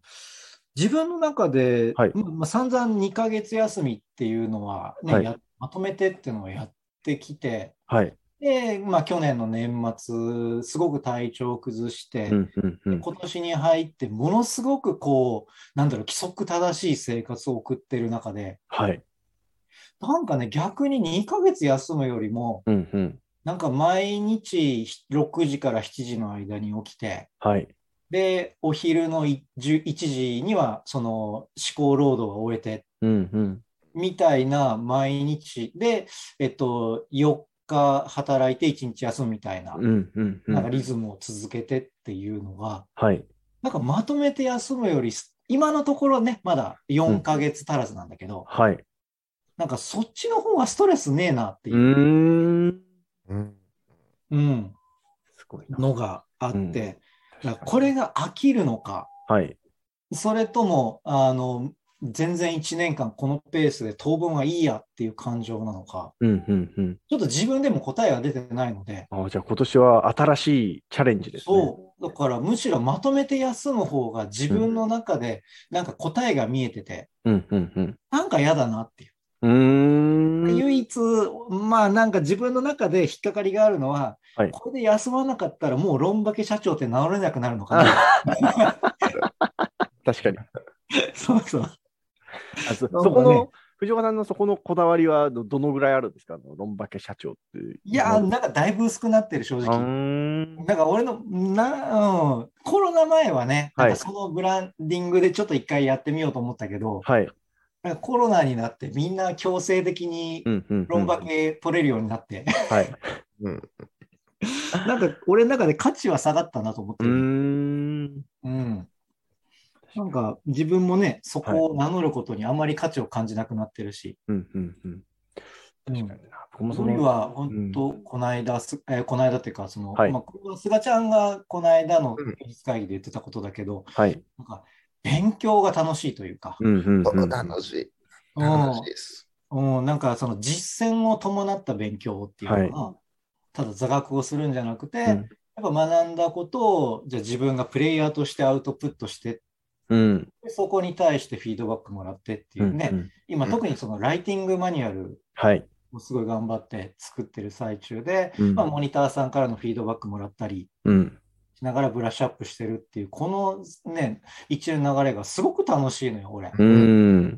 [SPEAKER 4] 自分の中で、はい、まあ、散々にかげつ休みっていうのは、ね、はい、やまとめてっていうのをやってきて、はい、で、まあ、去年の年末、すごく体調を崩して、うんうんうん、今年に入って、ものすごくこう、なんだろう、規則正しい生活を送ってる中で、はい、なんかね、逆ににかげつ休むよりも、うんうん、なんか毎日ろくじからしちじの間に起きて、はい、で、お昼のいちじには、その、思考労働を終えて、うんうん、みたいな毎日で、えっと、よっか働いていちにち休むみたいな、うんうんうん、なんかリズムを続けてっていうのが、はい、なんかまとめて休むより、今のところね、まだよんかげつ足らずなんだけど、うん、はい、なんかそっちの方がストレスねえなっていう、うーん、うん、すごいのがあって、うん、だからこれが飽きるのか、はい、それとも、あの、全然いちねんかんこのペースで当分はいいやっていう感情なのか、うんうんうん、ちょっと自分でも答えが出てないので。
[SPEAKER 2] あ、じゃあ今年は新しいチャレンジですね。
[SPEAKER 4] そう。だからむしろまとめて休む方が自分の中でなんか答えが見えてて、うんうんうん、なんか嫌だなっていう。うーん、唯一、まあなんか自分の中で引っかかりがあるのは、はい、これで休まなかったらもうロンバケ社長って名乗れなくなるのかな。
[SPEAKER 2] 確かに。
[SPEAKER 4] そうそう。
[SPEAKER 2] あ そ, そこの、藤岡さんのそこのこだわりは ど, どのぐらいあるんですか、あのロンバケ社長って。
[SPEAKER 4] いや、なんかだいぶ薄くなってる、正直。だから俺のな、うん、コロナ前はね、なんかそのブランディングでちょっと一回やってみようと思ったけど、はい、なんかコロナになってみんな強制的にロンバケ取れるようになって、はい、うん、なんか俺の中で価値は下がったなと思ってる。うーん、うん、なんか自分もね、そこを名乗ることにあんまり価値を感じなくなってるし。うんうんうん。確かにな。僕もその。は本当、この間、すえー、この間っていうか、その、はい、まあ、菅ちゃんがこの間の休日会議で言ってたことだけど、はい、なんか勉強が楽しいというか。
[SPEAKER 3] うんうんうん、楽しい。楽しいです。
[SPEAKER 4] うん、なんかその実践を伴った勉強っていうのが、はい、ただ座学をするんじゃなくて、うん、やっぱ学んだことを、じゃあ自分がプレイヤーとしてアウトプットして、うん、でそこに対してフィードバックもらってっていうね、うんうん、今特にそのライティングマニュアルをすごい頑張って作ってる最中で、うん、まあ、モニターさんからのフィードバックもらったりしながらブラッシュアップしてるっていうこのね一連の流れがすごく楽しいのよ俺。うん、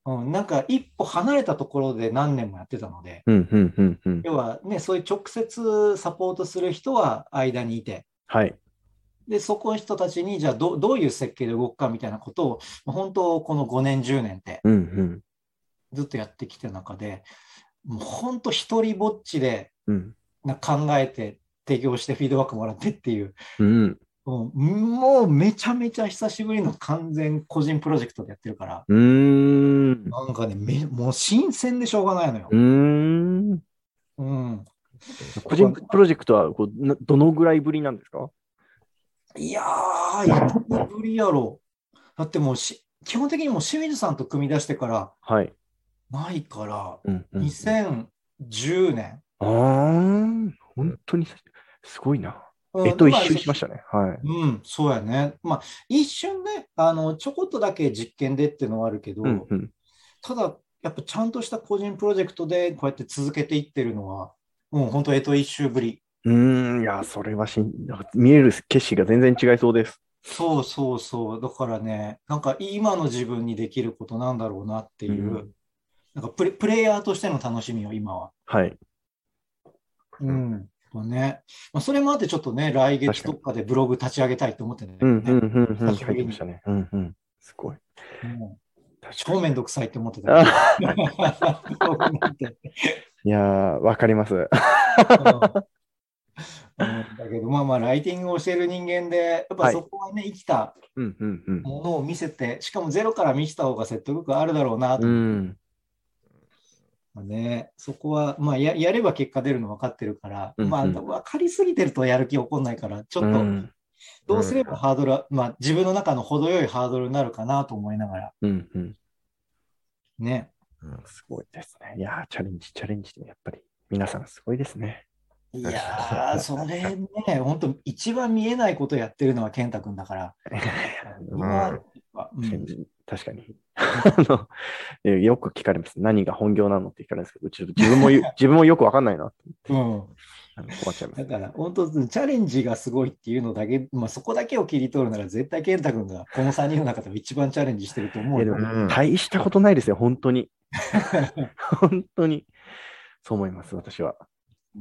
[SPEAKER 4] うん、なんか一歩離れたところで何年もやってたので、
[SPEAKER 2] うんうんうんうん、
[SPEAKER 4] 要はね、そういう直接サポートする人は間にいて、
[SPEAKER 2] はい、
[SPEAKER 4] で、そこの人たちに、じゃあど、どういう設計で動くかみたいなことを、本当、このごねん、じゅうねんって
[SPEAKER 2] うんうん、
[SPEAKER 4] ずっとやってきた中で、もう本当、一人ぼっちで
[SPEAKER 2] うん、
[SPEAKER 4] な考えて、提供してフィードバックもらってっていう、
[SPEAKER 2] うん、
[SPEAKER 4] もうもうめちゃめちゃ久しぶりの完全個人プロジェクトでやってるから、
[SPEAKER 2] うーん、
[SPEAKER 4] なんかね、めもう新鮮でしょうがないのよ。
[SPEAKER 2] うーん。
[SPEAKER 4] うん。
[SPEAKER 2] 個人プロジェクトはこうなどのぐらいぶりなんですか？
[SPEAKER 4] いやー、いつぶりやろう。だってもうし、基本的にもう清水さんと組み出してから、
[SPEAKER 2] はい。
[SPEAKER 4] ないから、
[SPEAKER 2] うんうん、
[SPEAKER 4] にせんじゅうねん。
[SPEAKER 2] ああ、本当にすごいな。
[SPEAKER 4] うん、
[SPEAKER 2] えっと、一
[SPEAKER 4] まあ、
[SPEAKER 2] 周しましたね。はい。
[SPEAKER 4] うん、そうやね。まあ、一瞬ね、あの、ちょこっとだけ実験でっていうのはあるけど、
[SPEAKER 2] うんうん、
[SPEAKER 4] ただ、やっぱちゃんとした個人プロジェクトでこうやって続けていってるのは、もう本当、えと一周ぶり。
[SPEAKER 2] うーん、いや、それはしん、見える景色が全然違いそうです。
[SPEAKER 4] そうそうそう。だからね、なんか今の自分にできることなんだろうなっていう、
[SPEAKER 2] うん、
[SPEAKER 4] なんかプレ、プレイヤーとしての楽しみを今は。
[SPEAKER 2] はい。
[SPEAKER 4] うん。まあね。まあ、それもあってちょっとね、来月
[SPEAKER 2] 確かに。
[SPEAKER 4] とかでブログ立ち上げたいと思ってるんだ
[SPEAKER 2] うん、うん、
[SPEAKER 4] けどね。
[SPEAKER 2] うん、うん、
[SPEAKER 4] 久しぶりに。
[SPEAKER 2] 書いてましたね。うん、うん。すごい。
[SPEAKER 4] もう
[SPEAKER 2] 確かに。
[SPEAKER 4] 超めんどくさいって思ってたけど。ブログなんて
[SPEAKER 2] いやー、わかります。
[SPEAKER 4] うんうんだけど、まあまあ、ライティングを教える人間で、やっぱ
[SPEAKER 2] はい。
[SPEAKER 4] そこはね、生きた
[SPEAKER 2] うん、うん、うん。
[SPEAKER 4] ものを見せて、しかもゼロから見せた方が説得力あるだろうな
[SPEAKER 2] う
[SPEAKER 4] と思って。
[SPEAKER 2] ん、
[SPEAKER 4] まあね、そこは、まあや、やれば結果出るの分かってるから、
[SPEAKER 2] うん、
[SPEAKER 4] まあ、
[SPEAKER 2] うん。
[SPEAKER 4] 分かりすぎてるとやる気起こんないから、ちょっと、
[SPEAKER 2] うん、
[SPEAKER 4] どうすればハードルは、まあ、自分の中の程よいハードルになるかなと思いながら、
[SPEAKER 2] うん、うん。
[SPEAKER 4] ね。
[SPEAKER 2] すごいですね。いやー、チャレンジ、チャレンジで、やっぱり皆さんすごいですね。
[SPEAKER 4] いやー、それね、本当一番見えないことやってるのは健太君だから、今、うん、
[SPEAKER 2] 確かに。あのよく聞かれます。何が本業なのって聞かれるんですけど、ちょっと自分も自分もよくわかんないなって。
[SPEAKER 4] うん。
[SPEAKER 2] 困っちゃいます、
[SPEAKER 4] だから、本当、チャレンジがすごいっていうのだけ、まあ、そこだけを切り取るなら、絶対健太君がこのさんにんの中でも一番チャレンジしてると思うよ。
[SPEAKER 2] 大したことないですよ、本当に。本当に。そう思います、私は。
[SPEAKER 4] うん。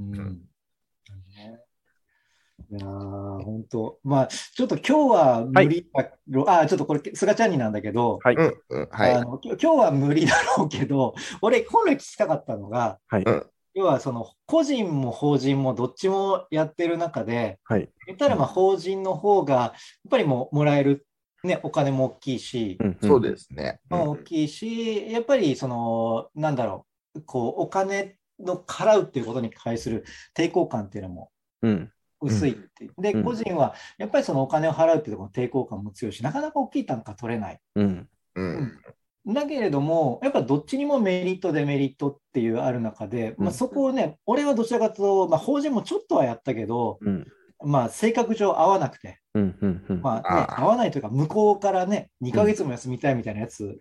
[SPEAKER 4] いやー、本当。まあ、ちょっと今日は無理だろう、はい、あ、ちょっとこれ、菅ちゃんになんだけど、
[SPEAKER 2] はい。
[SPEAKER 3] うんうんはい、
[SPEAKER 4] あの今日は無理だろうけど、俺、本来聞きたかったのが、
[SPEAKER 2] はい、
[SPEAKER 4] 要はその個人も法人もどっちもやってる中で、
[SPEAKER 2] はい、
[SPEAKER 4] 言ったらまあ法人の方が、やっぱりもうもらえる、ね、お金も大きいし、
[SPEAKER 2] うんうん、
[SPEAKER 3] そうですね。
[SPEAKER 4] うん、大きいし、やっぱりその、なんだろう、こう、お金の払うっていうことに対する抵抗感っていうのも、
[SPEAKER 2] うん
[SPEAKER 4] 薄いっていう。で、
[SPEAKER 2] うん
[SPEAKER 4] 個人はやっぱりそのお金を払うっていうところの抵抗感も強いし、なかなか大きい単価取れない。
[SPEAKER 2] うん
[SPEAKER 3] うん
[SPEAKER 4] うん、だけれども、やっぱどっちにもメリット、デメリットっていうある中で、まあ、そこをね、俺はどちらかというと、まあ、法人もちょっとはやったけど、
[SPEAKER 2] うん
[SPEAKER 4] まあ、性格上合わなくて、
[SPEAKER 2] うんうんうん、
[SPEAKER 4] まあね、合わないというか、向こうからね、にかげつも休みたいみたいなやつ、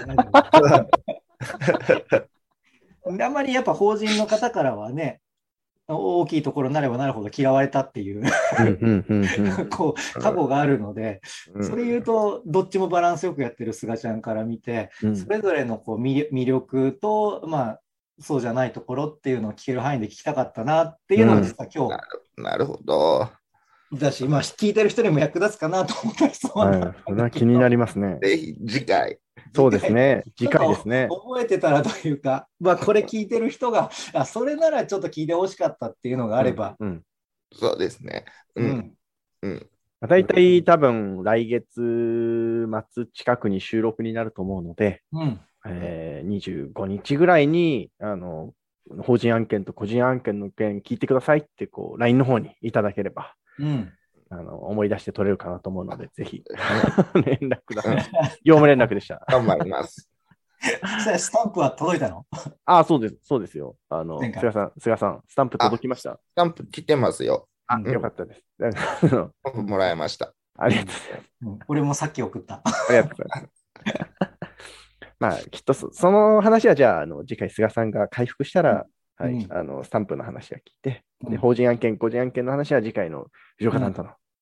[SPEAKER 4] あんまりやっぱ法人の方からはね、大きいところになればなるほど嫌われたっていうこう過去があるので、それ言うとどっちもバランスよくやってる菅ちゃんから見て、それぞれのこう魅力と、まあ、そうじゃないところっていうのを聞ける範囲で聞きたかったなっていうのが実は今日、
[SPEAKER 3] うん、なるほど。
[SPEAKER 4] だし、まあ、聞いてる人にも役立つかなと思ったりそうなんだけど、はい、
[SPEAKER 2] それは気になりますね。
[SPEAKER 3] ぜひ次回。
[SPEAKER 2] そうですね。次回ですね。
[SPEAKER 4] 覚えてたらというか、まあ、これ聞いてる人が、あ、それならちょっと聞いてほしかったっていうのがあれば。
[SPEAKER 3] うんうん、そうですね。うん。うん。
[SPEAKER 2] 大体多分来月末近くに収録になると思うので、うんえー、にじゅうごにちぐらいにあの法人案件と個人案件の件聞いてくださいってこう ライン の方にいただければ、うん、あの思い出して取れるかなと思うので、ぜひ連絡ください。業務連絡でした。
[SPEAKER 3] 頑張ります。
[SPEAKER 4] スタンプは届いたの？
[SPEAKER 2] ああ、そうです、そうですよ。あの、菅さん、菅さん、スタンプ届きました？
[SPEAKER 3] スタンプ来てますよ。
[SPEAKER 2] あ、うん、よかったです。
[SPEAKER 3] スタンプもらいました。
[SPEAKER 2] ありがとうございます。
[SPEAKER 4] うん、俺もさっき送った。
[SPEAKER 2] ありがとうございます。まあ、きっと そ, その話は、じゃあ、あの次回、菅さんが回復したら、うんはいうん、あのスタンプの話が聞いて、で、法人案件、個人案件の話は次回の藤岡さんとの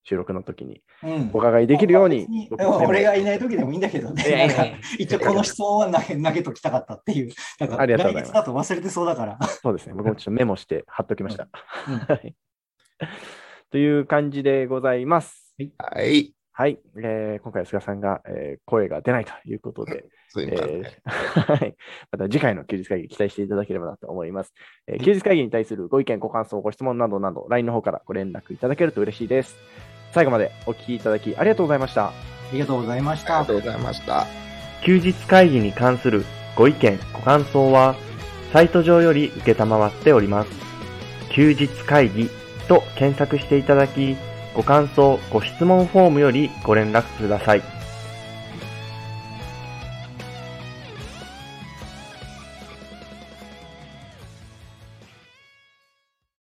[SPEAKER 2] 収録の時にお伺いできるように、
[SPEAKER 4] うん、俺がいない時でもいいんだけどね、なんか一応この質問は投げ投げときたかったっていう、なんか来月だと忘れてそうだから。
[SPEAKER 2] そうですね、僕もちょっとメモして貼っときました。うんうん、という感じでございます。
[SPEAKER 3] はい。
[SPEAKER 2] はい、えー、今回は菅さんが、えー、声が出ないということで、
[SPEAKER 3] すいません、
[SPEAKER 2] えーはい、また次回の休日会議期待していただければなと思います。えー、休日会議に対するご意見、ご感想、ご質問などなど、ライン の方からご連絡いただけると嬉しいです。最後までお聞きいただきありがとうございました。
[SPEAKER 4] ありがとうございました。
[SPEAKER 3] ありがとうございました。
[SPEAKER 2] 休日会議に関するご意見、ご感想は、サイト上より受けたまわっております。休日会議と検索していただき、ご感想、ご質問フォームよりご連絡ください。